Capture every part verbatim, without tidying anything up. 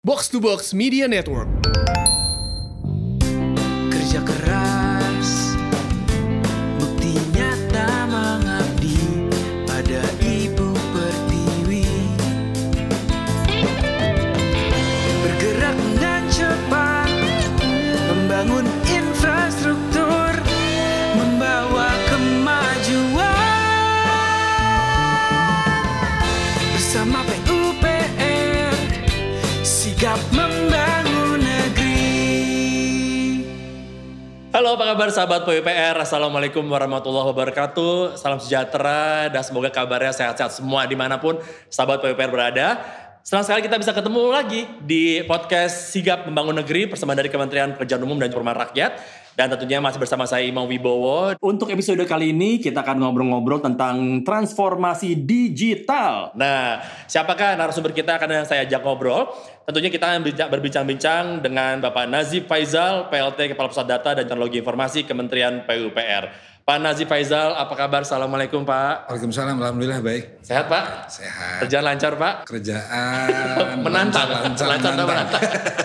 Box to Box Media Network. Kerja keras, bukti nyata mengabdi pada Ibu Pertiwi. Bergerak dengan cepat, membangun infrastruktur, membawa kemajuan. Bersama P U P R, sigap membangun negeri. Halo, apa kabar sahabat P U P R? Assalamualaikum warahmatullahi wabarakatuh. Salam sejahtera dan semoga kabarnya sehat-sehat semua dimanapun sahabat P U P R berada. Senang sekali kita bisa ketemu lagi di podcast Sigap Membangun Negeri bersama dari Kementerian Pekerjaan Umum dan Perumahan Rakyat. Dan tentunya masih bersama saya Imam Wibowo. Untuk episode kali ini kita akan ngobrol-ngobrol tentang transformasi digital. Nah, siapakah narasumber kita akan saya ajak ngobrol? Tentunya kita akan berbincang-bincang dengan Bapak Nazif Faizal, P L T Kepala Pusat Data dan Teknologi Informasi Kementerian P U P R. Pak Nazif Faizal, apa kabar? Assalamualaikum Pak. Waalaikumsalam, alhamdulillah baik. Sehat Pak? Sehat. Kerjaan lancar Pak? Kerjaan menantang, lancar, lancar, menantang. menantang.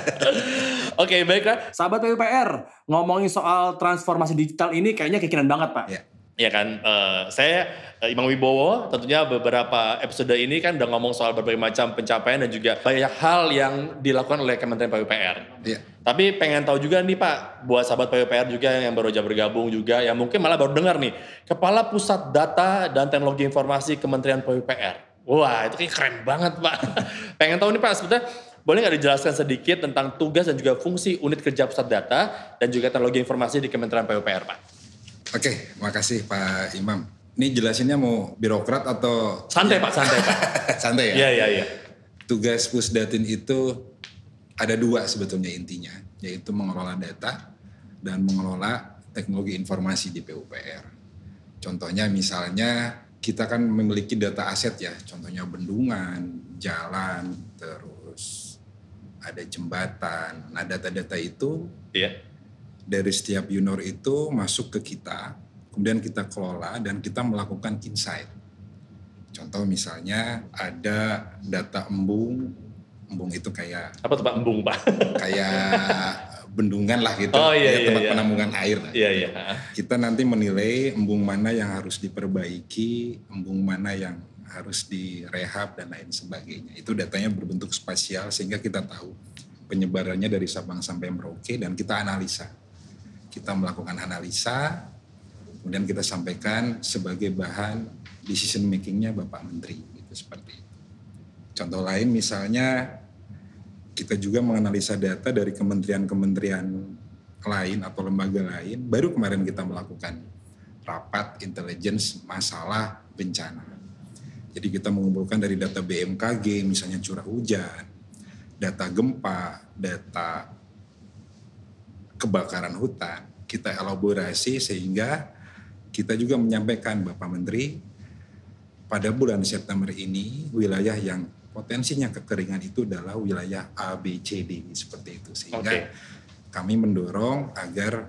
Oke, baiklah. Sahabat P U P R, ngomongin soal transformasi digital ini kayaknya kekinian banget Pak. Ya. Ya kan, uh, saya uh, Imam Wibowo, tentunya beberapa episode ini kan udah ngomong soal berbagai macam pencapaian dan juga banyak hal yang dilakukan oleh Kementerian P U P R. Ya. Tapi pengen tahu juga nih Pak, buat sahabat P U P R juga yang baru aja bergabung juga, yang mungkin malah baru dengar nih, Kepala Pusat Data dan Teknologi Informasi Kementerian P U P R. Wah, itu kayak keren banget Pak. Pengen tahu nih Pak, sebetulnya boleh nggak dijelaskan sedikit tentang tugas dan juga fungsi unit kerja Pusat Data dan juga Teknologi Informasi di Kementerian P U P R Pak? Oke, makasih Pak Imam. Ini jelasinnya mau birokrat atau... Santai Pak, santai Pak. Santai ya? Iya, iya, iya. Tugas Pusdatin itu ada dua sebetulnya intinya, yaitu mengelola data dan mengelola teknologi informasi di P U P R. Contohnya misalnya kita kan memiliki data aset ya, contohnya bendungan, jalan, terus ada jembatan. Nah data-data itu Iya. dari setiap Yunor itu masuk ke kita, kemudian kita kelola dan kita melakukan insight. Contoh misalnya ada data embung, embung itu kayak Apa tuh Pak embung Pak? kayak bendungan lah gitu, Oh, iya, ya, iya, tempat iya. penampungan air. Lah. Iya, iya. Kita nanti menilai embung mana yang harus diperbaiki, embung mana yang harus direhab dan lain sebagainya. Itu datanya berbentuk spasial sehingga kita tahu penyebarannya dari Sabang sampai Merauke dan kita analisa. Kita melakukan analisa, kemudian kita sampaikan sebagai bahan decision makingnya Bapak Menteri, gitu seperti itu. Contoh lain misalnya kita juga menganalisa data dari kementerian-kementerian lain atau lembaga lain. Baru kemarin kita melakukan rapat intelligence masalah bencana. Jadi kita mengumpulkan dari data B M K G, misalnya curah hujan, data gempa, data kebakaran hutan, kita elaborasi sehingga kita juga menyampaikan Bapak Menteri pada bulan September ini wilayah yang potensinya kekeringan itu adalah wilayah A, B, C, D seperti itu sehingga Oke. kami mendorong agar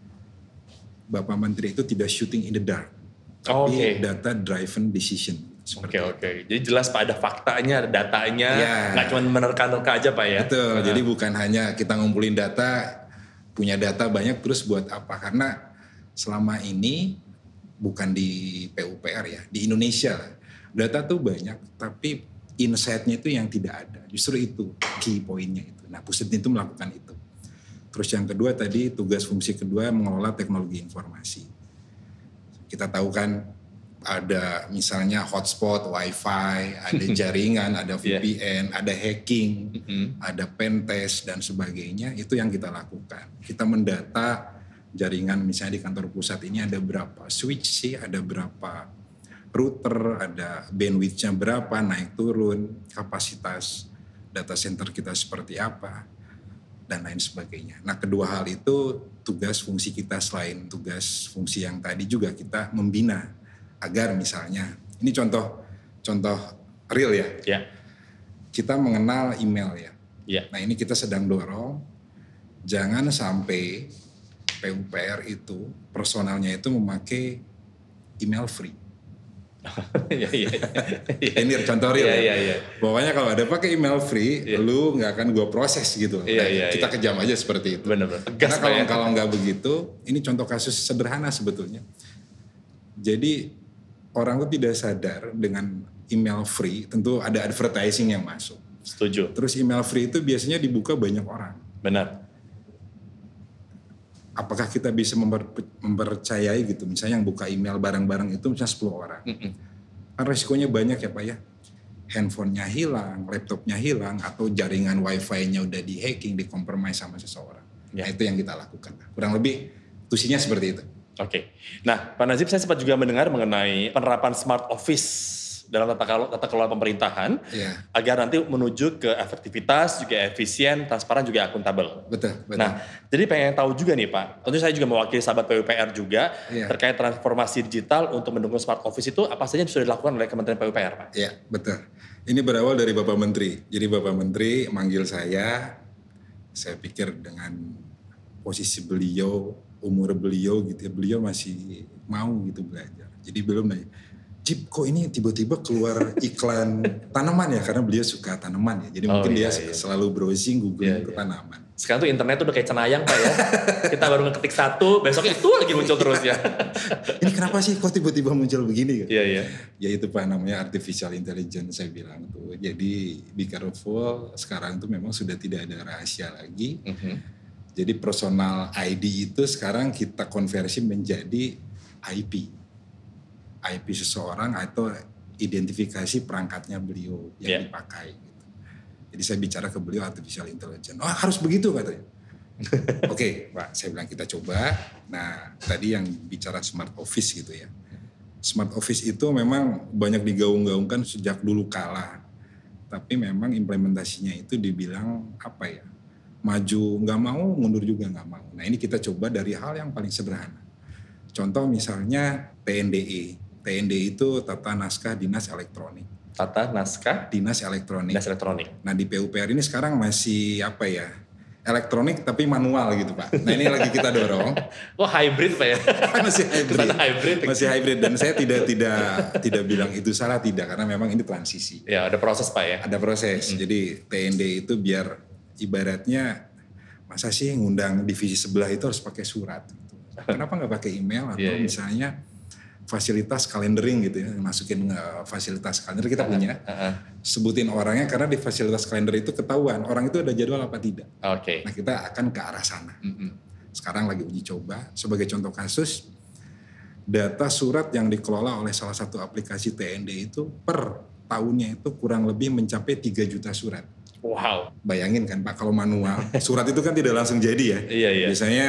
Bapak Menteri itu tidak shooting in the dark tapi Oke. data driven decision. Oke, oke. Jadi jelas Pak ada faktanya, ada datanya, Ya. nggak cuma menerka-nerka aja Pak ya? Betul, Nah. jadi bukan hanya kita ngumpulin data, punya data banyak terus buat apa? Karena selama ini bukan di P U P R ya, di Indonesia lah. Data tuh banyak, tapi insight-nya itu yang tidak ada. Justru itu key point-nya itu. Nah, Pusdatin itu melakukan itu. Terus yang kedua tadi, tugas fungsi kedua mengelola teknologi informasi. Kita tahu kan ada misalnya hotspot, wifi, ada jaringan, ada V P N, ada hacking, Mhm. ada pentest dan sebagainya. Itu yang kita lakukan. Kita mendata jaringan misalnya di kantor pusat ini ada berapa switch sih, ada berapa router, ada bandwidth-nya berapa, naik turun, kapasitas data center kita seperti apa, dan lain sebagainya. Nah kedua hal itu tugas fungsi kita selain tugas fungsi yang tadi juga kita membina agar misalnya, ini contoh contoh real ya, Ya, kita mengenal email ya. ya. Nah ini kita sedang dorong, jangan sampai P U P R itu personalnya itu memakai email free. Iya, iya. Ini contoh real Iya, ya. iya, iya. Pokoknya kalau ada pakai email free, Iya. lu nggak akan gue proses gitu. Iya, Nah, iya, kita iya. kejam aja seperti itu. Benar-benar. Tegas, Karena kalau Pak, ya. kalau nggak begitu, ini contoh kasus sederhana sebetulnya. Jadi orang tuh tidak sadar dengan email free, tentu ada advertising yang masuk. Setuju. Terus email free itu biasanya dibuka banyak orang. Benar. Apakah kita bisa memper, mempercayai gitu, misalnya yang buka email barang-barang itu misalnya sepuluh orang. Mm-mm. Kan resikonya banyak ya Pak ya. Handphonenya hilang, laptopnya hilang, atau jaringan wifi-nya udah di hacking, dikompromis sama seseorang. Ya. Nah itu yang kita lakukan. Kurang lebih tusinya seperti itu. Oke. Nah, Pak Najib, saya sempat juga mendengar mengenai penerapan smart office dalam tata kelola, tata kelola pemerintahan Iya. agar nanti menuju ke efektivitas, juga efisien, transparan, juga akuntabel. Betul, betul. Nah, jadi pengen tahu juga nih Pak, tentu saya juga mewakili sahabat P U P R juga Iya. terkait transformasi digital untuk mendukung smart office itu apa saja yang sudah dilakukan oleh Kementerian P U P R Pak? Ya, betul. Ini berawal dari Bapak Menteri. Jadi Bapak Menteri manggil saya, saya pikir dengan posisi beliau, umur beliau gitu ya, beliau masih mau gitu belajar. Jadi belum nanya, Jip kok ini tiba-tiba keluar iklan tanaman ya, karena beliau suka tanaman ya. Jadi Oh, mungkin iya, dia iya. selalu browsing, googling Iya, ke iya. tanaman. Sekarang tuh internet tuh udah kayak cenayang Pak ya. Kita baru ngeketik satu, besoknya itu lagi muncul terus ya. Ini kenapa sih kok tiba-tiba muncul begini? Iya, iya. Ya itu Pak namanya artificial intelligence saya bilang tuh. Jadi be careful, sekarang tuh memang sudah tidak ada rahasia lagi. Mhm. Jadi personal I D itu sekarang kita konversi menjadi I P. I P seseorang atau identifikasi perangkatnya beliau yang Yeah. dipakai. Gitu. Jadi saya bicara ke beliau artificial intelligence. Oh harus begitu katanya. Oke Pak, saya bilang kita coba. Nah tadi yang bicara smart office gitu ya. Smart office itu memang banyak digaung-gaungkan sejak dulu kala. Tapi memang implementasinya itu dibilang apa ya, maju nggak mau, mundur juga nggak mau. Nah ini kita coba dari hal yang paling sederhana. Contoh misalnya T N D E. T N D E itu Tata Naskah Dinas Elektronik. Tata naskah Dinas Elektronik. dinas elektronik. Nah di P U P R ini sekarang masih apa ya, elektronik tapi manual gitu Pak. Nah ini lagi kita dorong. Wah hybrid Pak ya. masih hybrid. Kesana hybrid. Masih hybrid dan saya tidak tidak tidak bilang itu salah, tidak, karena memang ini transisi. Ya ada proses Pak ya. Ada proses. Jadi T N D E itu biar ibaratnya masa sih ngundang divisi sebelah itu harus pakai surat. Gitu. Kenapa nggak pakai email atau Iya, iya. misalnya fasilitas calendering gitu ya, masukin uh, fasilitas kalender kita punya, Heeh. sebutin orangnya karena di fasilitas kalender itu ketahuan orang itu ada jadwal apa tidak. Oke. Nah kita akan ke arah sana. Mm-mm. Sekarang lagi uji coba. Sebagai contoh kasus, data surat yang dikelola oleh salah satu aplikasi T N D itu per tahunnya itu kurang lebih mencapai tiga juta surat. Wow. Bayangin kan Pak, kalau manual, surat itu kan tidak langsung jadi ya. Iya, iya. Biasanya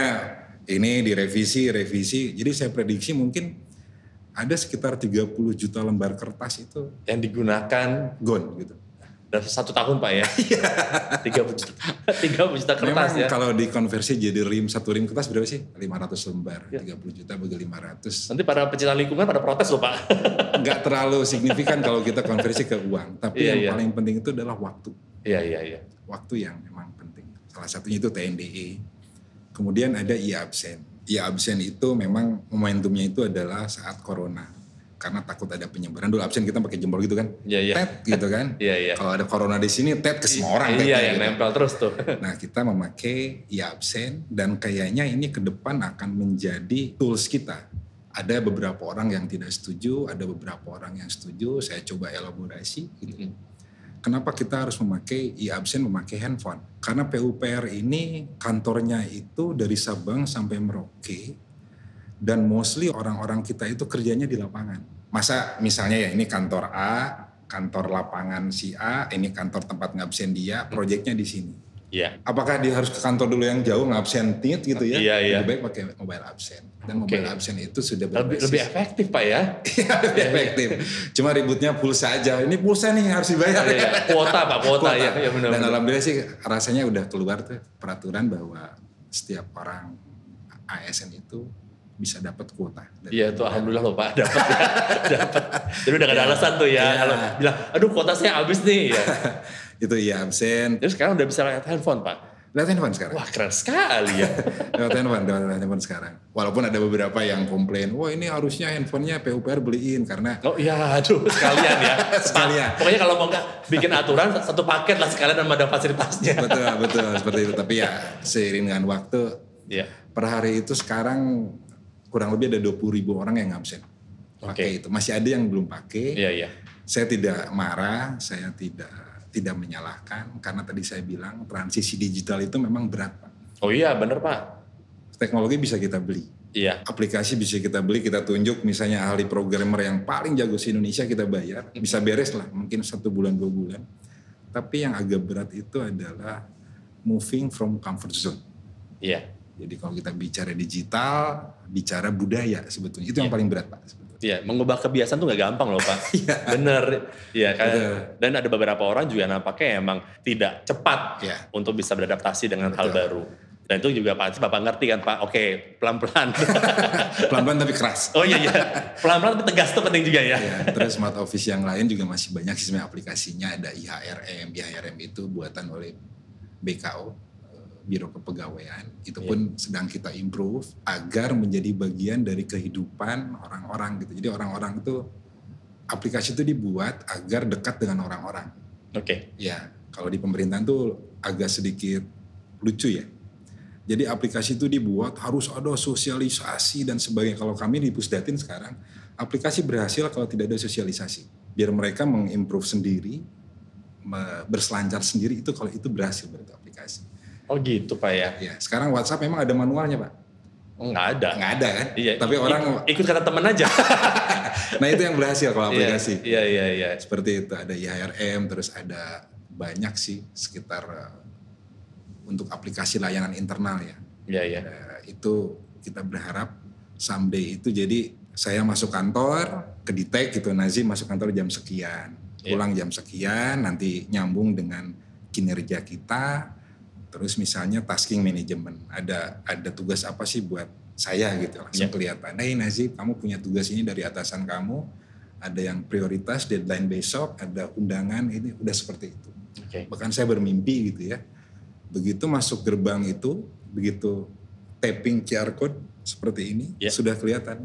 ini direvisi, revisi. Jadi saya prediksi mungkin ada sekitar tiga puluh juta lembar kertas itu Yang digunakan gone gitu. dalam satu tahun Pak ya. tiga puluh juta. tiga puluh juta kertas Memang ya. kalau dikonversi jadi rim, satu rim kertas berapa sih? lima ratus lembar. Ya. tiga puluh juta bagi lima ratus. Nanti para pecinta lingkungan pada protes loh Pak. Nggak terlalu signifikan kalau kita konversi ke uang. Tapi Iya, yang iya. paling penting itu adalah waktu. Iya, iya, iya. Waktu yang memang penting. Salah satunya itu T N D E. Kemudian ada e-absen. E-absen itu memang momentumnya itu adalah saat corona. Karena takut ada penyebaran. Dulu absen kita pakai jempol gitu kan. Iya, iya. Tet gitu kan. Iya, iya. Kalau ada corona di sini tet ke semua orang. Iya, tetnya yang gitu. nempel terus tuh. Nah kita memakai e-absen dan kayaknya ini ke depan akan menjadi tools kita. Ada beberapa orang yang tidak setuju, ada beberapa orang yang setuju. Saya coba elaborasi. Gitu. Mm-mm. Kenapa kita harus memakai e-absen, memakai handphone? Karena P U P R ini kantornya itu dari Sabang sampai Merauke. Dan mostly orang-orang kita itu kerjanya di lapangan. Masa misalnya ya ini kantor A, kantor lapangan si A, ini kantor tempat ngabsen dia, proyeknya di sini. Iya. Apakah dia harus ke kantor dulu yang jauh ngabsen tit gitu ya? Iya, iya. Lebih baik pakai mobile absen. Dan Oke. mobile absen itu sudah Lebih, berbasis. lebih efektif Pak ya. Iya, lebih efektif. Cuma ributnya pulsa aja. Ini pulsa nih harus dibayar. Iya, iya. Kuota Pak, kuota, Kuota. ya. Ya benar. Dan alhamdulillah sih rasanya udah keluar tuh peraturan bahwa setiap orang A S N itu bisa dapat kuota. Iya tuh alhamdulillah loh Pak dapat ya. Dapat. Jadi udah gak ada alasan tuh ya. Iya. Kalau bilang aduh kuota saya habis nih ya. Itu ya absen. Terus sekarang udah bisa lihat handphone Pak. Lewat handphone sekarang. Wah keren sekali ya. Lewat handphone, lewat handphone sekarang. Walaupun ada beberapa yang komplain, wah ini harusnya handphonenya P U P R beliin karena. Oh iya, aduh sekalian ya. Sekalian. Pokoknya kalau mau nggak bikin aturan satu paket lah sekalian sama ada fasilitasnya. Betul, betul seperti itu. Tapi ya seiring dengan waktu, Iya. per hari itu sekarang kurang lebih ada dua puluh ribu orang yang absen. Pakai Oke. itu. Masih ada yang belum pakai. Iya, iya. Saya tidak marah, saya tidak tidak menyalahkan karena tadi saya bilang transisi digital itu memang berat, Pak. Oh iya, bener Pak. Teknologi bisa kita beli. Iya. Aplikasi bisa kita beli, kita tunjuk misalnya ahli programmer yang paling jago di Indonesia kita bayar, bisa beres lah mungkin satu bulan dua bulan. Tapi yang agak berat itu adalah moving from comfort zone. Iya. Jadi kalau kita bicara digital, bicara budaya sebetulnya itu yang Iya. paling berat, Pak. Iya, mengubah kebiasaan tuh gak gampang loh Pak. Bener. Iya kan. Betul. Dan ada beberapa orang juga nampaknya emang tidak cepat Iya. untuk bisa beradaptasi dengan hal Betul. baru. Dan itu juga pasti Bapak ngerti kan Pak, oke pelan-pelan. Pelan-pelan tapi keras. Oh iya iya, pelan-pelan tapi tegas tuh penting juga ya. Ya, terus smart office yang lain juga masih banyak sih sebenarnya aplikasinya. Ada I H R M, I H R M itu buatan oleh B K O, Biro Kepegawaian. Itu pun sedang kita improve agar menjadi bagian dari kehidupan orang-orang gitu. Jadi orang-orang itu, aplikasi itu dibuat agar dekat dengan orang-orang. Oke. Ya, kalau di pemerintahan tuh agak sedikit lucu ya. Jadi aplikasi itu dibuat harus ada sosialisasi dan sebagainya. Kalau kami di Pusdatin sekarang, aplikasi berhasil kalau tidak ada sosialisasi. Biar mereka mengimprove sendiri, berselancar sendiri, itu kalau itu berhasil berarti aplikasi. Oh gitu Pak ya. Ya, sekarang WhatsApp memang ada manualnya, Pak. Oh, nggak ada. Nggak ada kan? Iya. Tapi ik- orang, ikut kata temen aja. nah itu yang berhasil kalau aplikasi. Iya iya iya. Seperti itu, ada I H R M, terus ada banyak sih sekitar uh, untuk aplikasi layanan internal ya. Iya iya. Uh, itu kita berharap someday itu jadi saya masuk kantor, ke detect gitu, Nazim masuk kantor jam sekian, pulang jam sekian, nanti nyambung dengan kinerja kita, terus misalnya tasking management, ada ada tugas apa sih buat saya gitu, langsung Yeah. kelihatan, hey Nazim kamu punya tugas ini dari atasan kamu, ada yang prioritas, deadline besok, ada undangan, ini udah seperti itu. Oke. Bahkan saya bermimpi gitu ya, begitu masuk gerbang itu, begitu tapping Q R code seperti ini, Yeah. sudah kelihatan.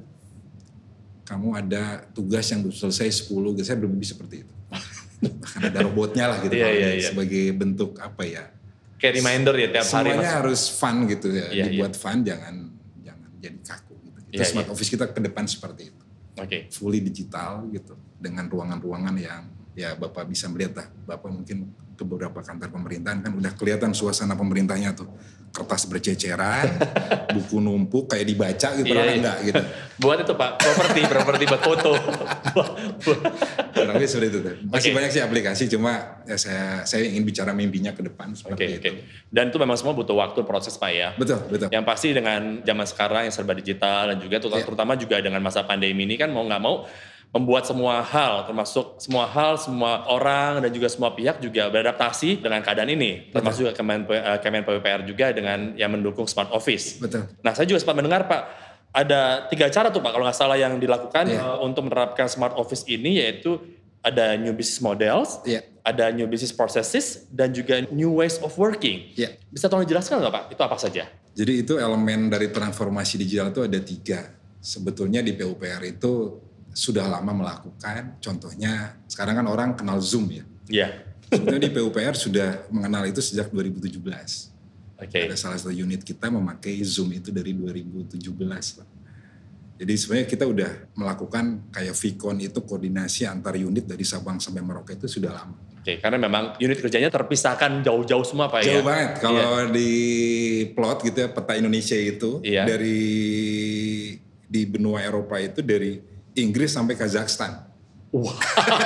Kamu ada tugas yang selesai sepuluh, saya bermimpi seperti itu. Bahkan ada robotnya lah gitu, Iya, kalau iya, ini iya. sebagai bentuk apa ya. Kayak reminder ya tiap hari. Semuanya Mas. harus fun gitu ya, Iya, dibuat fun, jangan jangan jadi kaku gitu. Itu Iya, smart iya. office kita ke depan seperti itu. Oke. Fully digital gitu, dengan ruangan-ruangan yang ya Bapak bisa melihat lah. Bapak mungkin ke beberapa kantor pemerintahan kan udah kelihatan suasana pemerintahnya tuh. Kertas berceceran, buku numpuk kayak dibaca gitu, Iya, orang iya. enggak gitu. Buat itu Pak, properti, properti buat foto. Kurang lebih seperti itu. Tuh. Masih Oke. banyak sih aplikasi, cuma ya saya saya ingin bicara mimpinya ke depan Oke seperti oke. itu. Dan itu memang semua butuh waktu proses Pak ya. Betul, betul. Yang pasti dengan zaman sekarang yang serba digital dan juga terut- Iya. terutama juga dengan masa pandemi ini kan mau nggak mau membuat semua hal, termasuk semua hal, semua orang dan juga semua pihak juga beradaptasi dengan keadaan ini. Termasuk juga Kemen, eh, Kemen P U P R juga dengan yang mendukung smart office. Betul. Nah saya juga sempat mendengar Pak, ada tiga cara tuh Pak kalau nggak salah yang dilakukan Iya. eh, untuk menerapkan smart office ini, yaitu ada new business models, Iya. ada new business processes, dan juga new ways of working. Iya. Bisa tolong dijelaskan nggak Pak, itu apa saja? Jadi itu elemen dari transformasi digital itu ada tiga. Sebetulnya di P U P R itu sudah lama melakukan. Contohnya sekarang kan orang kenal Zoom ya. Iya. Sebetulnya di P U P R sudah mengenal itu sejak dua ribu tujuh belas. Oke. Ada salah satu unit kita memakai Zoom itu dari dua ribu tujuh belas. Pak. Jadi sebenarnya kita udah melakukan kayak Vicon itu koordinasi antar unit dari Sabang sampai Merauke itu sudah lama. Oke, karena memang unit kerjanya terpisahkan jauh-jauh semua Pak ya. Jauh banget. Kalau di plot gitu ya peta Indonesia itu Iya. dari di benua Eropa itu dari Inggris sampai Kazakhstan. Wow.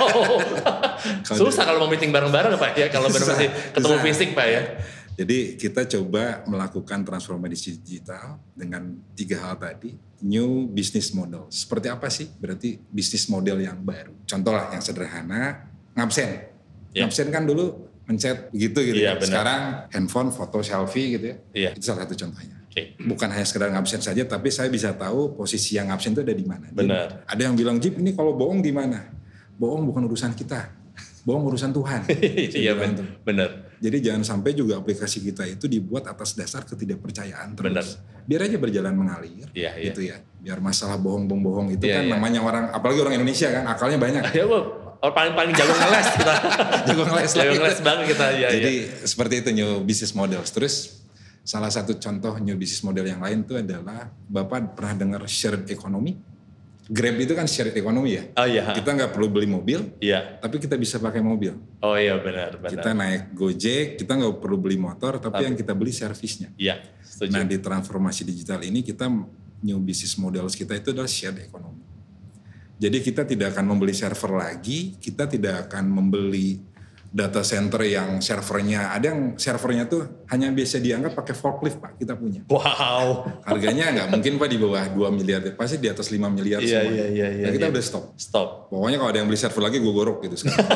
Kalau Susah kalau mau meeting bareng-bareng Pak ya, kalau benar Susah, ketemu susah. fisik Pak ya. Jadi kita coba melakukan transformasi digital dengan tiga hal tadi. New business model. Seperti apa sih? Berarti bisnis model yang baru. Contoh lah yang sederhana, ngabsen. Ya. Ngabsen kan dulu mencet begitu gitu. Iya, ya. benar. Sekarang handphone, foto, selfie gitu ya. Iya. Itu salah satu contohnya. Oke. Bukan hanya sekedar ngabsen saja, tapi saya bisa tahu posisi yang ngabsen itu ada di mana. Jadi, Benar. ada yang bilang, Jip ini kalau bohong di mana? Bohong bukan urusan kita. Bohong urusan Tuhan. Iya Saya bilang benar. tuh. Benar. Jadi jangan sampai juga aplikasi kita itu dibuat atas dasar ketidakpercayaan terus. Benar. Biar aja berjalan mengalir, Iya, iya. gitu ya. Biar masalah bohong-bohong itu Iya, kan iya. namanya orang, apalagi orang Indonesia kan, akalnya banyak. Ya gua orang paling paling jago ngeles kita. Jago ngeles lah Jago kita. ngeles banget kita. Ya, Jadi ya. seperti itu new business model. Terus salah satu contoh new business model yang lain itu adalah Bapak pernah dengar shared economy? Grab itu kan shared economy ya. Oh iya. Kita nggak perlu beli mobil, Iya. tapi kita bisa pakai mobil. Oh iya benar benar. Kita naik Gojek, kita nggak perlu beli motor, tapi, Tapi- yang kita beli servisnya. Iya, setuju. Nah di transformasi digital ini kita new business models kita itu adalah shared economy. Jadi kita tidak akan membeli server lagi, kita tidak akan membeli data center yang servernya, ada yang servernya tuh hanya biasa diangkat pakai forklift Pak, kita punya. Wow. Harganya nggak mungkin Pak di bawah dua miliar, pasti di atas lima miliar Iya, semua. iya, iya, iya, Nah, kita iya. udah stop. Stop. Pokoknya kalau ada yang beli server lagi gue gorok gitu sekarang.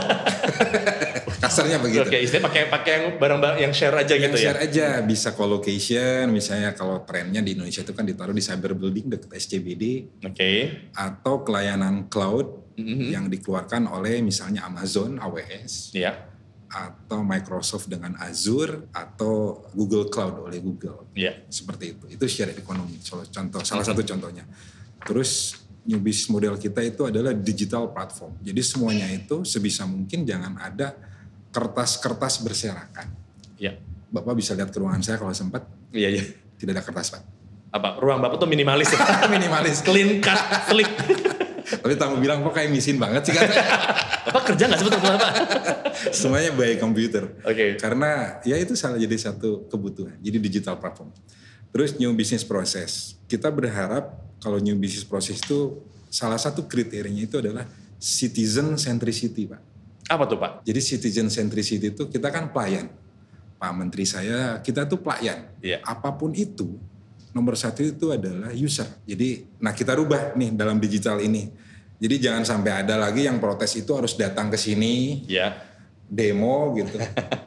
Kasarnya begitu. Oke, istilahnya pakai pakai yang barang-barang yang share aja Yang gitu share ya. aja, bisa co-location, misalnya kalau trennya di Indonesia itu kan ditaruh di cyber building dekat S C B D, Oke. atau pelayanan cloud Mhm. yang dikeluarkan oleh misalnya Amazon A W S, Iya. atau Microsoft dengan Azure, atau Google Cloud oleh Google. Iya. Seperti itu. Itu shared economy, contoh, salah satu contohnya. Terus new business model kita itu adalah digital platform. Jadi semuanya itu sebisa mungkin jangan ada kertas-kertas berserakan. Iya. Bapak bisa lihat ke ruangan saya kalau sempat, Iya, iya. tidak ada kertas Pak. Apa? Ruang Bapak tuh minimalis ya? Minimalis. Clean cut, slip. Tapi tamu bilang kok kayak misin banget sih kan. Bapak kerja nggak sebetulnya Pak? Semuanya by komputer. Oke. Karena ya itu salah jadi satu kebutuhan. Jadi digital platform. Terus new business process. Kita berharap kalau new business process itu salah satu kriterianya itu adalah citizen centricity Pak. Apa tuh Pak? Jadi citizen centricity itu kita kan pelayan. Pak Menteri saya, kita tuh pelayan. Iya. Apapun itu, nomor satu itu adalah user. Jadi, nah kita rubah nih dalam digital ini. Jadi jangan sampai ada lagi yang protes itu harus datang ke sini, Iya. demo gitu.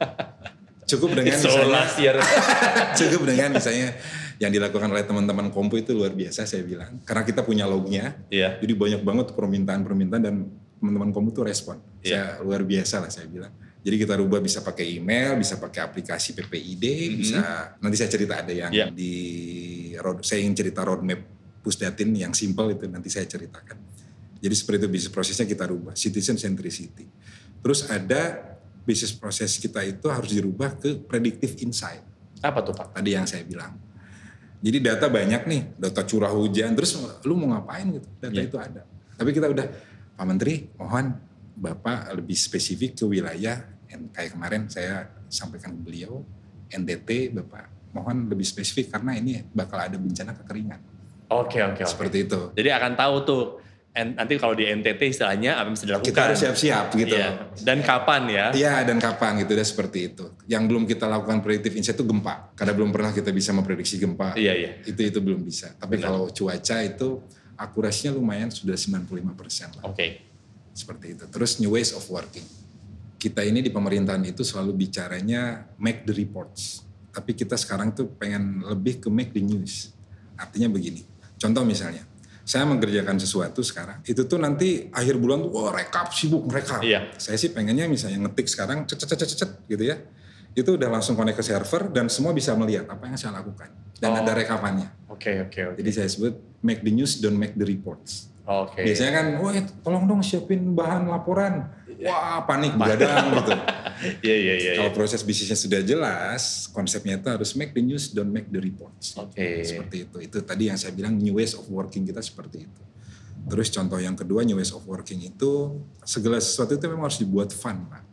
Cukup dengan misalnya, Isolasi ya. cukup dengan misalnya yang dilakukan oleh teman-teman Kompu itu luar biasa saya bilang. Karena kita punya lognya, Iya. jadi banyak banget permintaan-permintaan dan teman-teman Kompu itu respon. Iya. Saya luar biasa lah saya bilang. Jadi kita rubah bisa pakai email, bisa pakai aplikasi P P I D, Mm-hmm. bisa nanti saya cerita ada yang Iya. di road, saya ingin cerita roadmap Pusdatin yang simple itu nanti saya ceritakan. Jadi seperti itu bisnis prosesnya kita rubah, citizen centricity. Terus ada bisnis proses kita itu harus dirubah ke predictive insight. Apa tuh Pak? Tadi yang saya bilang. Jadi data banyak nih, data curah hujan, terus lu mau ngapain gitu, data Iya. itu ada. Tapi kita udah, Pak Menteri mohon Bapak lebih spesifik ke wilayah, and kayak kemarin saya sampaikan ke beliau, N T T Bapak mohon lebih spesifik karena ini bakal ada bencana kekeringan. Oke, oke, oke. Seperti itu. Jadi akan tahu tuh, en- nanti kalau di N T T istilahnya apa yang bisa dilakukan. Kita harus siap-siap gitu. Iya. Dan kapan ya? Iya dan kapan gitu, udah seperti itu. Yang belum kita lakukan predictive insight itu gempa. Karena belum pernah kita bisa memprediksi gempa. Iya, iya. Itu itu belum bisa. Tapi Benar. kalau cuaca itu akurasinya lumayan sudah sembilan puluh lima persen lah. Oke. Seperti itu. Terus new ways of working. Kita ini di pemerintahan itu selalu bicaranya make the reports. Tapi kita sekarang tuh pengen lebih ke make the news. Artinya begini. Contoh misalnya, saya mengerjakan sesuatu sekarang, itu tuh nanti akhir bulan tuh, wah rekap, sibuk rekap. Iya. Saya sih pengennya misalnya ngetik sekarang, cet cet cet cet gitu ya. Itu udah langsung connect ke server dan semua bisa melihat apa yang saya lakukan. Dan Oh. ada rekapannya. Oke, oke, oke. Jadi saya sebut make the news, don't make the reports. Oke. Biasanya kan, wah tolong dong siapin bahan laporan. Wah panik, begadang gitu. Iya, iya, iya. Kalau iya. proses bisnisnya sudah jelas, konsepnya itu harus make the news, don't make the reports. Oke. Seperti itu. Itu tadi yang saya bilang new ways of working kita seperti itu. Terus contoh yang kedua new ways of working itu segala sesuatu itu memang harus dibuat fun, Pak.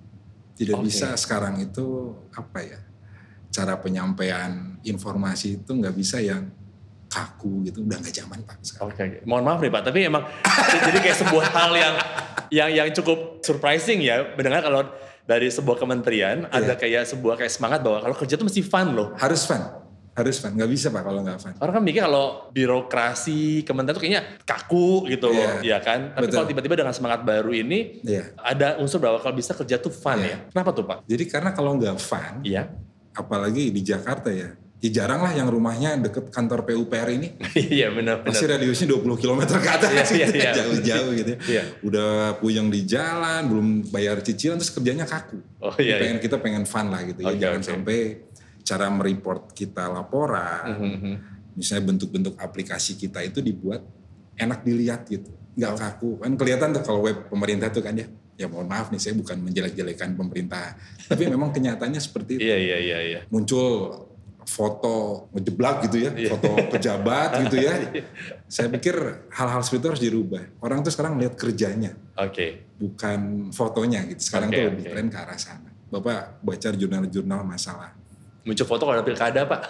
Tidak Oke. bisa sekarang itu apa ya? Cara penyampaian informasi itu nggak bisa yang kaku gitu, udah nggak zaman Pak sekarang. Oke, oke. Mohon maaf nih Pak, tapi emang jadi kayak sebuah hal yang yang yang cukup surprising ya, mendengar kalau dari sebuah kementerian ada kayak sebuah kayak semangat bahwa kalau kerja tuh mesti fun loh. Harus fun, harus fun. Nggak bisa Pak kalau nggak fun. Orang kan mikir kalau birokrasi kementerian tuh kayaknya kaku gitu loh, Iya, ya kan? Tapi betul. kalau tiba-tiba dengan semangat baru ini Iya. ada unsur bahwa kalau bisa kerja tuh fun Iya. ya. Kenapa tuh Pak? Jadi karena kalau nggak fun, Iya. apalagi di Jakarta ya, Ya jarang lah yang rumahnya deket kantor P U P R ini. Iya benar. Pasti radiusnya dua puluh kilometer ke atas Iya, gitu, iya, iya. jauh-jauh gitu. Iya. Udah puyeng di jalan, belum bayar cicilan, terus kerjanya kaku. Oh iya. Pengen, kita pengen fun lah gitu ya. Oke, Jangan oke. sampai cara mereport kita laporan, Mhm. misalnya bentuk-bentuk aplikasi kita itu dibuat enak dilihat gitu. Nggak kaku. Kan kelihatan tuh kalau web pemerintah tuh kan ya. Ya mohon maaf nih, saya bukan menjelek-jelekan pemerintah. Tapi memang kenyataannya seperti itu. Iya iya iya iya. Muncul foto ngejeblak gitu ya, Iya. foto pejabat gitu ya. Saya pikir hal-hal seperti itu harus dirubah. Orang tuh sekarang lihat kerjanya, Oke. bukan fotonya gitu. Sekarang Oke, tuh lebih oke. tren ke arah sana. Bapak baca jurnal-jurnal masalah. Muncul foto kalau ada pilkada Pak.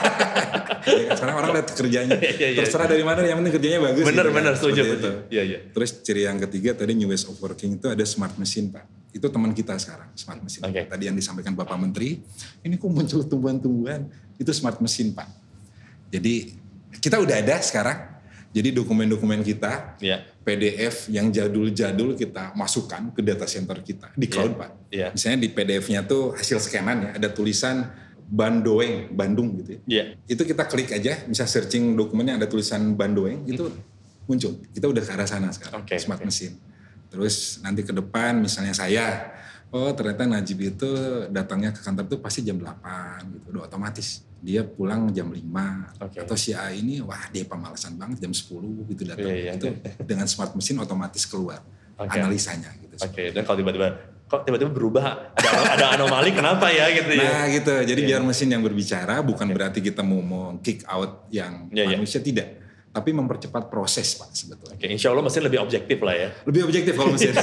Ya kan, sekarang orang lihat kerjanya. Iya, iya, iya. Terserah dari mana, yang penting kerjanya bagus. Bener gitu kan. bener setuju. Seperti setuju. itu. Iya iya. Terus ciri yang ketiga tadi new ways of working itu ada smart machine Pak. Itu teman kita sekarang, smart machine. Oke. Tadi yang disampaikan Bapak Menteri, ini kok muncul tumbuhan-tumbuhan, itu smart machine Pak. Jadi kita udah ada sekarang, jadi dokumen-dokumen kita, Iya. P D F yang jadul-jadul kita masukkan ke data center kita, di cloud Iya. Pak. Iya. Misalnya di P D F-nya tuh hasil scanan ya, ada tulisan Bandoeng, Bandung gitu ya. Iya. Itu kita klik aja, bisa searching dokumennya ada tulisan Bandoeng, itu muncul. Kita udah ke arah sana sekarang, Oke, smart oke. machine. Terus nanti ke depan misalnya saya, oh ternyata Najib itu datangnya ke kantor tuh pasti jam delapan gitu, udah otomatis. Dia pulang jam lima, Oke. atau si A ini, wah dia pemalasan banget jam sepuluh gitu datang. Iya, iya. Itu dengan smart machine otomatis keluar Oke. analisanya gitu. Oke. Dan kalau tiba-tiba kok tiba-tiba berubah ada, ada anomali kenapa ya gitu ya? Nah gitu, jadi Iya. biar mesin yang berbicara, bukan berarti kita mau mau kick out yang Iya, iya. manusia, tidak. Tapi mempercepat proses Pak sebetulnya. Oke, insya Allah mesin lebih objektif lah ya. Lebih objektif kalau mesin.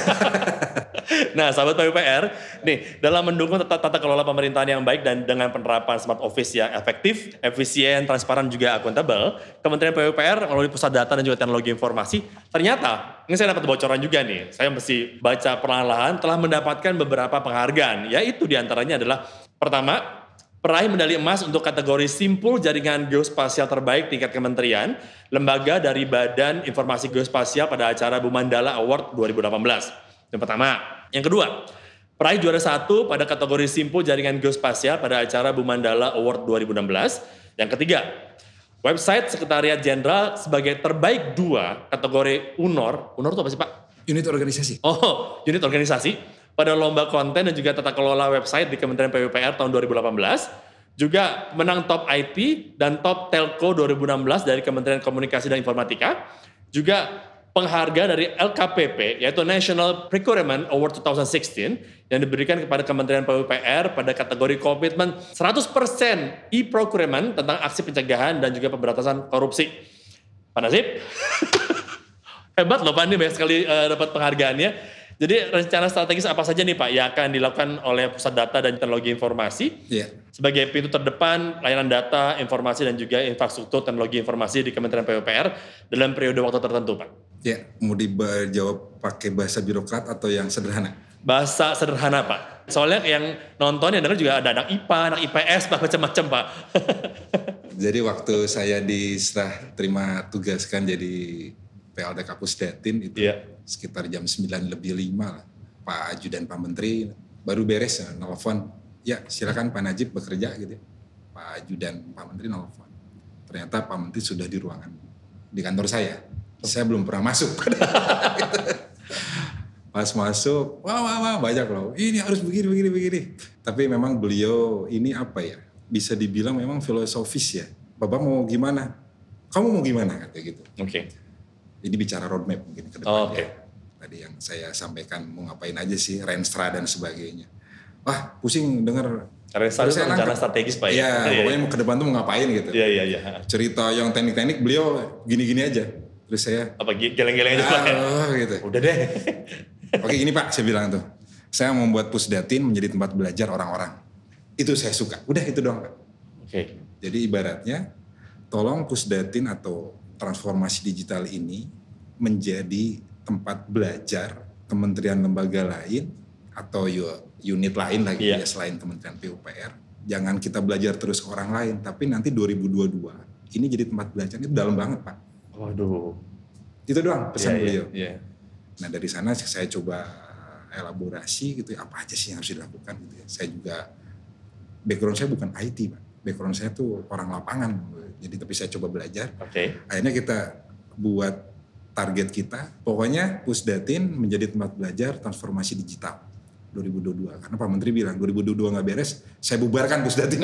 Nah, sahabat P U P R, nih dalam mendukung tata, tata kelola pemerintahan yang baik dan dengan penerapan smart office yang efektif, efisien, transparan juga akuntabel, Kementerian P U P R melalui Pusat Data dan juga Teknologi Informasi, ternyata ini saya dapat bocoran juga nih. Saya mesti baca perlahan-lahan telah mendapatkan beberapa penghargaan, yaitu diantaranya adalah pertama, peraih medali emas untuk kategori simpul jaringan geospasial terbaik tingkat kementerian, lembaga dari Badan Informasi Geospasial pada acara Bumandala Award dua ribu delapan belas. Yang pertama. Yang kedua, peraih juara satu pada kategori simpul jaringan geospasial pada acara Bumandala Award dua ribu enam belas. Yang ketiga, website Sekretariat Jenderal sebagai terbaik dua kategori U N O R. U N O R itu apa sih Pak? Unit organisasi. Oh, unit organisasi pada lomba konten dan juga tata kelola website di Kementerian P U P R tahun dua ribu delapan belas. Juga menang top I T dan top telco dua ribu enam belas dari Kementerian Komunikasi dan Informatika. Juga penghargaan dari L K P P yaitu National Procurement Award dua ribu enam belas yang diberikan kepada Kementerian P U P R pada kategori komitmen seratus persen e-procurement tentang aksi pencegahan dan juga pemberantasan korupsi. Pak Nasib, hebat loh Pak, ini banyak sekali uh, dapat penghargaannya. Jadi rencana strategis apa saja nih Pak yang akan dilakukan oleh Pusat Data dan Teknologi Informasi Iya. sebagai pintu terdepan layanan data, informasi dan juga infrastruktur teknologi informasi di Kementerian P U P R dalam periode waktu tertentu Pak? Ya, mau dijawab pakai bahasa birokrat atau yang sederhana? Bahasa sederhana Pak. Soalnya yang nonton yang dengar juga ada anak I P A, anak I P S, Pak, macam-macam Pak. Jadi waktu saya diserah terima tugaskan jadi P L D Kapus Datin itu Iya. sekitar jam sembilan lebih lima lah. Pak Ajudan Pak Menteri baru beres ya, nelfon. Ya silakan Pak Najib bekerja gitu ya. Pak Ajudan Pak Menteri nelfon. Ternyata Pak Menteri sudah di ruangan di kantor saya. Saya belum pernah masuk. Pas masuk, wah wah wah banyak loh. Ini harus begini begini begini. Tapi memang beliau ini apa ya? Bisa dibilang memang filosofis ya. Bapak mau gimana? Kamu mau gimana? Kata gitu. Oke. Jadi bicara roadmap mungkin ke depan. Oh, oke. ya. Tadi yang saya sampaikan mau ngapain aja sih, Renstra dan sebagainya. Wah pusing denger. Renstra Terus itu saya rencana nangkep. strategis Pak ya? Iya, Iya, pokoknya mau ke depan tuh mau ngapain gitu. Iya, iya, iya. Cerita yang teknik-teknik beliau gini-gini aja. Terus saya, Apa geleng-geleng aja Pak? ah, gitu. Udah deh. Oke ini Pak, saya bilang tuh. Saya membuat Pusdatin menjadi tempat belajar orang-orang. Itu saya suka. Udah itu doang Pak. Oke. Jadi ibaratnya, tolong Pusdatin atau transformasi digital ini menjadi tempat belajar kementerian lembaga lain atau unit lain lagi Iya. ya selain Kementerian P U P R. Jangan kita belajar terus ke orang lain, tapi nanti dua ribu dua puluh dua ini jadi tempat belajar itu dalam banget Pak. Waduh. Itu doang pesan Iya, beliau. Iya, iya. Nah dari sana saya coba elaborasi gitu ya, apa aja sih yang harus dilakukan gitu ya. Saya juga, background saya bukan I T Pak. background saya tuh orang lapangan, jadi tapi saya coba belajar. Oke. Okay. Akhirnya kita buat target kita, pokoknya Pusdatin menjadi tempat belajar transformasi digital dua ribu dua puluh dua. Karena Pak Menteri bilang dua ribu dua puluh dua nggak beres, saya bubarkan Pusdatin.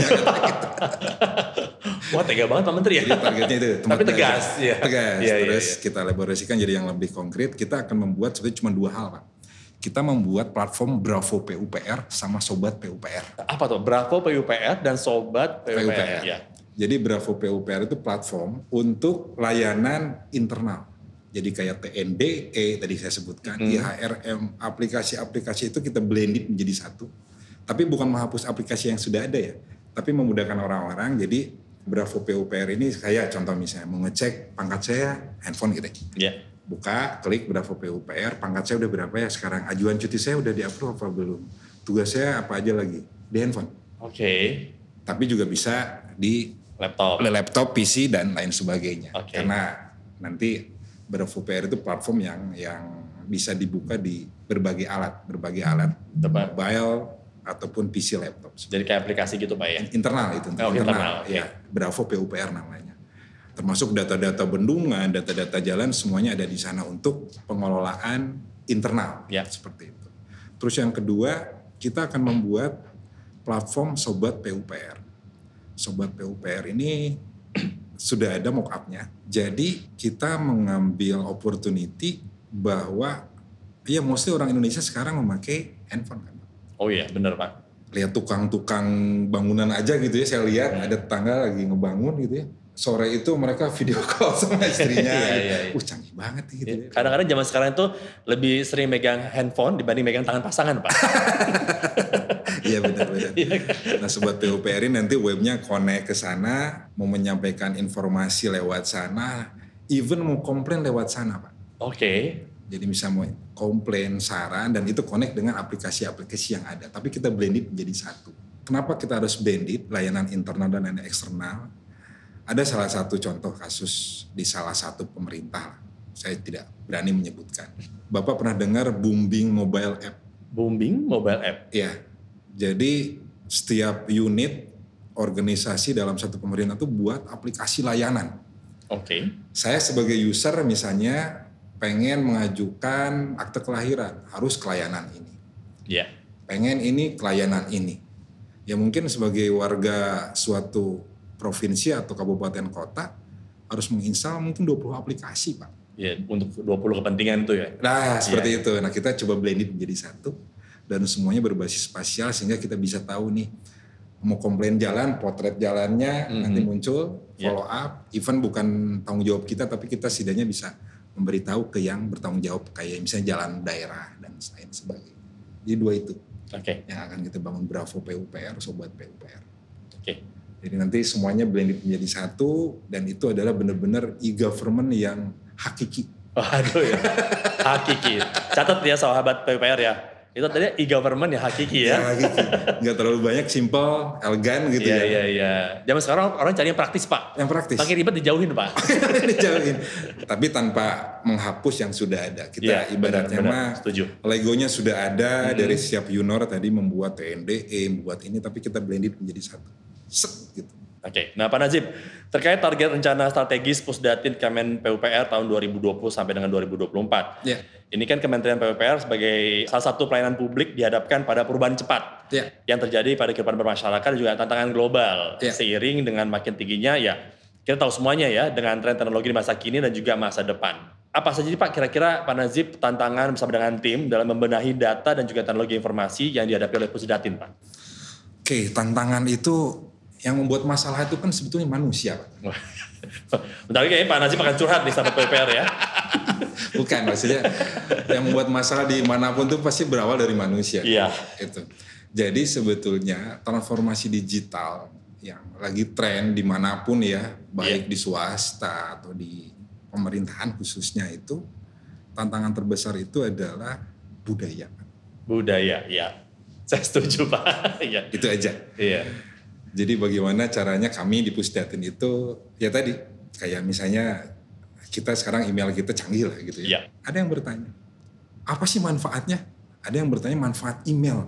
Wah tega banget Pak Menteri ya. Jadi targetnya itu. Tapi tegas. Ya. Tegas. Ya, Terus ya, ya. kita elaborasikan jadi yang lebih konkret. Kita akan membuat sebenarnya cuma dua hal Pak. Kita membuat platform Bravo P U P R sama Sobat P U P R. Apa tuh? Bravo P U P R dan Sobat P U P R. P U P R. Ya. Jadi Bravo P U P R itu platform untuk layanan internal. Jadi kayak T N D E tadi saya sebutkan, hmm. I H R M, aplikasi-aplikasi itu kita blended menjadi satu. Tapi bukan menghapus aplikasi yang sudah ada ya, tapi memudahkan orang-orang. Jadi Bravo P U P R ini kayak contoh misalnya mau ngecek pangkat saya handphone gitu ya. Yeah. Buka, klik Bravo P U P R, pangkat saya udah berapa ya sekarang, ajuan cuti saya udah di-approve apa belum, tugas saya apa aja lagi, di handphone. Oke. Okay. Tapi juga bisa di laptop, laptop, P C dan lain sebagainya. Okay. Karena nanti Bravo P R itu platform yang yang bisa dibuka di berbagai alat, berbagai alat, Tepat. mobile ataupun P C laptop. Jadi kayak aplikasi gitu Pak ya? Internal itu, oh, internal, internal okay. Ya. Bravo P U P R namanya. Termasuk data-data bendungan, data-data jalan semuanya ada di sana untuk pengelolaan internal, ya. Seperti itu. Terus yang kedua, kita akan membuat platform Sobat P U P R. Sobat P U P R ini sudah ada mock-up-nya. Jadi kita mengambil opportunity bahwa ya mostly orang Indonesia sekarang memakai handphone kan. Oh iya, benar Pak. Lihat tukang-tukang bangunan aja gitu ya, saya lihat hmm. ada tetangga lagi ngebangun gitu ya. Sore itu mereka video call sama istrinya. iya, iya, iya. Uh canggih banget gitu ya. Kadang-kadang zaman sekarang itu lebih sering megang handphone dibanding megang tangan pasangan Pak. Iya benar-benar. Nah Sobat P U P R ini nanti webnya connect ke sana, mau menyampaikan informasi lewat sana, even mau komplain lewat sana Pak. Oke. Okay. Jadi bisa mau komplain, saran, dan itu connect dengan aplikasi-aplikasi yang ada. Tapi kita blended menjadi satu. Kenapa kita harus blended, layanan internal dan layanan eksternal? Ada salah satu contoh kasus di salah satu pemerintah. Saya tidak berani menyebutkan. Bapak pernah dengar Booming Mobile App? Booming Mobile App? Iya. Jadi setiap unit organisasi dalam satu pemerintah itu buat aplikasi layanan. Oke. Okay. Saya sebagai user misalnya pengen mengajukan akte kelahiran, harus kelayanan ini. Iya. Yeah. Pengen ini kelayanan ini. Ya mungkin sebagai warga suatu provinsi atau kabupaten kota harus menginstal mungkin dua puluh aplikasi Pak. Ya untuk dua puluh kepentingan itu ya. Nah seperti ya. itu. Nah kita coba blended menjadi satu dan semuanya berbasis spasial sehingga kita bisa tahu nih mau komplain jalan, potret jalannya mm-hmm. nanti muncul, follow yeah. up. Even bukan tanggung jawab kita tapi kita setidaknya bisa memberitahu ke yang bertanggung jawab kayak misalnya jalan daerah dan lain sebagainya. Jadi dua itu okay. yang akan kita bangun Bravo P U P R, Sobat P U P R. Oke. Okay. Jadi nanti semuanya blended menjadi satu dan itu adalah benar-benar e-government yang hakiki. Waduh ya, hakiki. Catat ya sahabat P U P R ya. Itu tadi e-government ya hakiki ya. Ya hakiki. Nggak terlalu banyak, simple, elegan gitu ya. ya. Iya, iya, Zaman sekarang orang cari yang praktis Pak. Yang praktis. Makin ribet dijauhin Pak. Dijauhin. Tapi tanpa menghapus yang sudah ada. Kita ya, ibaratnya mah legonya sudah ada hmm. dari setiap Yunor tadi membuat T N D E, membuat ini, tapi kita blended menjadi satu. Set gitu. Oke, okay. Nah Pak Najib, terkait target rencana strategis Pusdatin Kemen P U P R tahun dua ribu dua puluh sampai dengan dua ribu dua puluh empat. Yeah. Ini kan Kementerian P U P R sebagai salah satu pelayanan publik dihadapkan pada perubahan cepat yeah. yang terjadi pada kehidupan bermasyarakat dan juga tantangan global. Yeah. Seiring dengan makin tingginya ya, kita tahu semuanya ya dengan tren teknologi di masa kini dan juga masa depan. Apa saja Pak kira-kira Pak Najib tantangan bersama dengan tim dalam membenahi data dan juga teknologi informasi yang dihadapi oleh Pusdatin Pak? Oke, okay, tantangan itu yang membuat masalah itu kan sebetulnya manusia. Bentar lagi kayaknya Pak Najib akan curhat nih sama P U P R ya. Bukan, maksudnya yang membuat masalah dimanapun itu pasti berawal dari manusia. Iya. Itu. Jadi sebetulnya transformasi digital yang lagi tren dimanapun ya, baik yeah. di swasta atau di pemerintahan khususnya itu, tantangan terbesar itu adalah budaya. Budaya, ya. Saya setuju Pak. Ya. Itu aja. Iya. Jadi bagaimana caranya kami di Pusdatin itu, ya tadi, kayak misalnya kita sekarang email kita canggih lah gitu ya. Ya. Ada yang bertanya, apa sih manfaatnya? Ada yang bertanya manfaat email.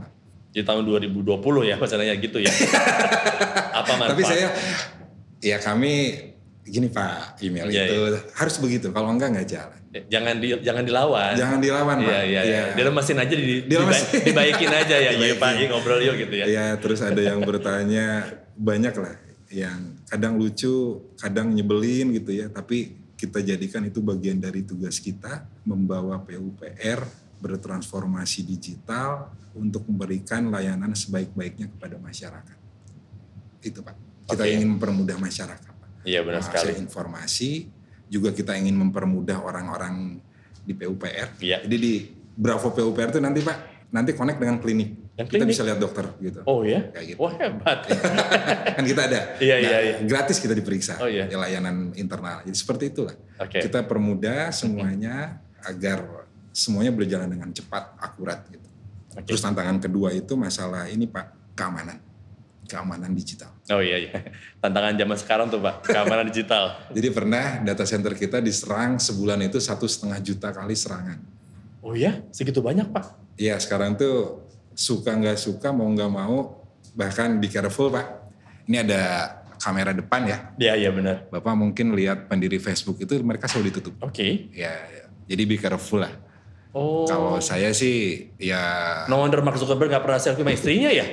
Di tahun dua ribu dua puluh ya masalahnya gitu ya. Apa manfaat? Tapi saya, ya kami gini Pak, email Iya, itu iya. harus begitu. Kalau enggak nggak jalan. Jangan di, jangan dilawan. Jangan dilawan Pak. Iya iya. iya. Dilemesin aja, di, Dilemesin. diba- dibaikin aja ya. Iya Dibaikin. Pak, yuk ngobrol yuk gitu ya. Ya terus ada yang bertanya, banyak lah yang kadang lucu, kadang nyebelin gitu ya. Tapi kita jadikan itu bagian dari tugas kita, membawa P U P R bertransformasi digital untuk memberikan layanan sebaik-baiknya kepada masyarakat. Itu Pak. Kita Oke. ingin mempermudah masyarakat Pak. Iya benar Mengakses sekali. informasi, juga kita ingin mempermudah orang-orang di P U P R. Iya. Jadi di Bravo P U P R itu nanti Pak, nanti connect dengan klinik. Dan Kita klinik? bisa lihat dokter gitu. Oh ya? Kayak gitu. Wah hebat. Kan kita ada. Iya, iya, iya. Gratis kita diperiksa. Oh, iya. Ya, layanan internal. Jadi seperti itulah. Oke. Kita permudah semuanya agar semuanya berjalan dengan cepat, akurat gitu. Oke. Terus tantangan kedua itu masalah ini Pak, keamanan. Keamanan digital. Oh iya iya. Tantangan zaman sekarang tuh Pak, keamanan digital. Jadi pernah data center kita diserang sebulan itu satu setengah juta kali serangan. Oh iya? Segitu banyak Pak? Iya sekarang tuh suka nggak suka mau nggak mau, bahkan be careful Pak. Ini ada kamera depan ya. Iya iya benar. Bapak mungkin lihat pendiri Facebook itu mereka selalu ditutup. Oke. Ya, ya. Jadi be careful lah. Oh. Kalau saya sih ya No wonder Mark Zuckerberg gak pernah selfie sama istrinya ya.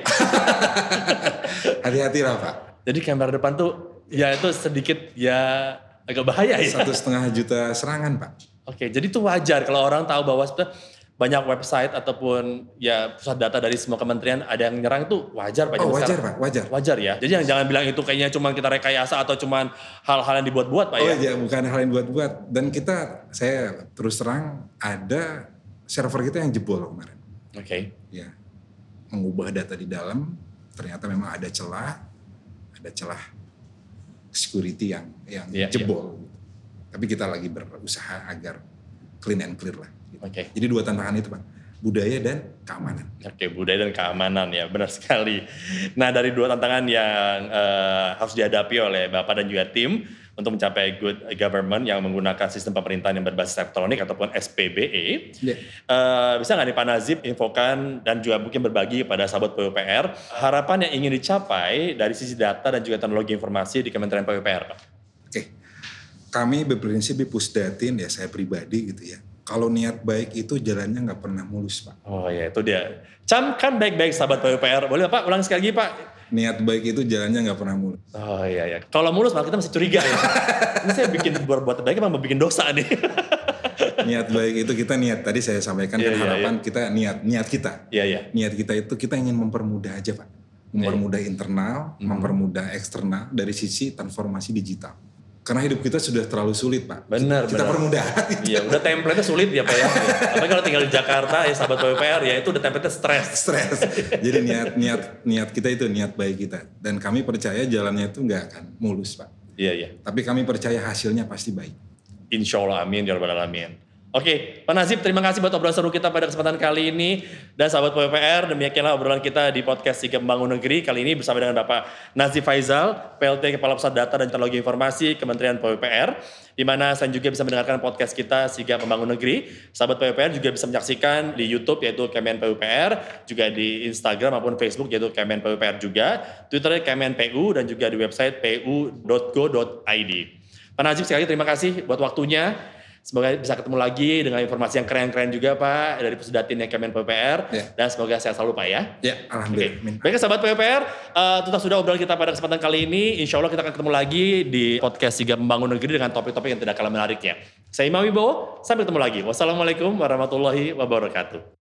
hati-hati lah Pak. Jadi kamera depan tuh ya itu sedikit ya agak bahaya ya. Satu setengah juta serangan Pak. Oke, jadi itu wajar kalau orang tahu bahwa sebenarnya banyak website ataupun ya pusat data dari semua kementerian ada yang nyerang itu wajar Pak. Oh zaman wajar sekarang. Pak, wajar. Wajar ya. Jadi jangan, jangan bilang itu kayaknya cuma kita rekayasa atau cuma hal-hal yang dibuat-buat Pak Oh ya. iya, bukan hal yang buat-buat. Dan kita, saya terus terang ada server kita yang jebol kemarin. Oke. Ya, mengubah data di dalam, ternyata memang ada celah, ada celah security yang yang Iya, jebol. Tapi kita lagi berusaha agar clean and clear lah. gitu. Oke. Jadi dua tantangan itu Pak, budaya dan keamanan. Oke, budaya dan keamanan ya, benar sekali. Nah, dari dua tantangan yang eh, harus dihadapi oleh Bapak dan juga tim untuk mencapai good government yang menggunakan sistem pemerintahan yang berbasis elektronik ataupun S P B E, Ya. eh, bisa nggak nih Pak Nazib infokan dan juga mungkin berbagi pada sahabat P U P R harapan yang ingin dicapai dari sisi data dan juga teknologi informasi di Kementerian P U P R, Pak? Oke, kami berprinsip di Pusdatin ya saya pribadi gitu ya. Kalau niat baik itu jalannya nggak pernah mulus Pak. Oh ya, itu dia. Camkan baik-baik sahabat P U P R. Boleh Pak ulang sekali lagi Pak? Niat baik itu jalannya nggak pernah mulus. Oh iya ya. Kalau mulus malah kita masih curiga ya. Ini saya bikin buat-buat baik emang mau bikin dosa nih. Niat baik itu kita niat. Tadi saya sampaikan Iya, kan iya, harapan kita niat. Niat kita. Iya iya. Niat kita itu kita ingin mempermudah aja Pak. Mempermudah internal, Hmm. mempermudah eksternal dari sisi transformasi digital. Karena hidup kita sudah terlalu sulit Pak. Benar, Kita benar. permudah. Iya, udah template-nya sulit ya Pak ya. Tapi kalau tinggal di Jakarta ya sahabat P U P R ya itu udah template-nya stres. Stres. Jadi niat niat niat kita itu niat baik kita. Dan kami percaya jalannya itu nggak akan mulus Pak. Iya iya. Tapi kami percaya hasilnya pasti baik. Insya Allah amin ya rabbal alamin. Oke, Pak Nazib terima kasih buat obrolan seru kita pada kesempatan kali ini. Dan sahabat P U P R, demikianlah obrolan kita di podcast Sigap Membangun Negeri. Kali ini bersama dengan Bapak Nazib Faizal, P L T Kepala Pusat Data dan Teknologi Informasi Kementerian P U P R. Di mana saya juga bisa mendengarkan podcast kita Sigap Membangun Negeri. Sahabat P U P R juga bisa menyaksikan di YouTube yaitu Kemen P U P R. Juga di Instagram maupun Facebook yaitu Kemen P U P R juga. Twitternya Kemen P U dan juga di website p u dot go dot i d. Pak Nazib sekali lagi terima kasih buat waktunya. Semoga bisa ketemu lagi dengan informasi yang keren-keren juga Pak dari Pusdatin yang Kemen P U P R. Ya. Dan semoga sehat selalu Pak ya. Ya, alhamdulillah. Oke. Baiklah sahabat P U P R, uh, tuntas sudah obrolan kita pada kesempatan kali ini. Insya Allah kita akan ketemu lagi di podcast Sigap Membangun Negeri dengan topik-topik yang tidak kalah menariknya. Saya Imam Wibowo, sampai ketemu lagi. Wassalamualaikum warahmatullahi wabarakatuh.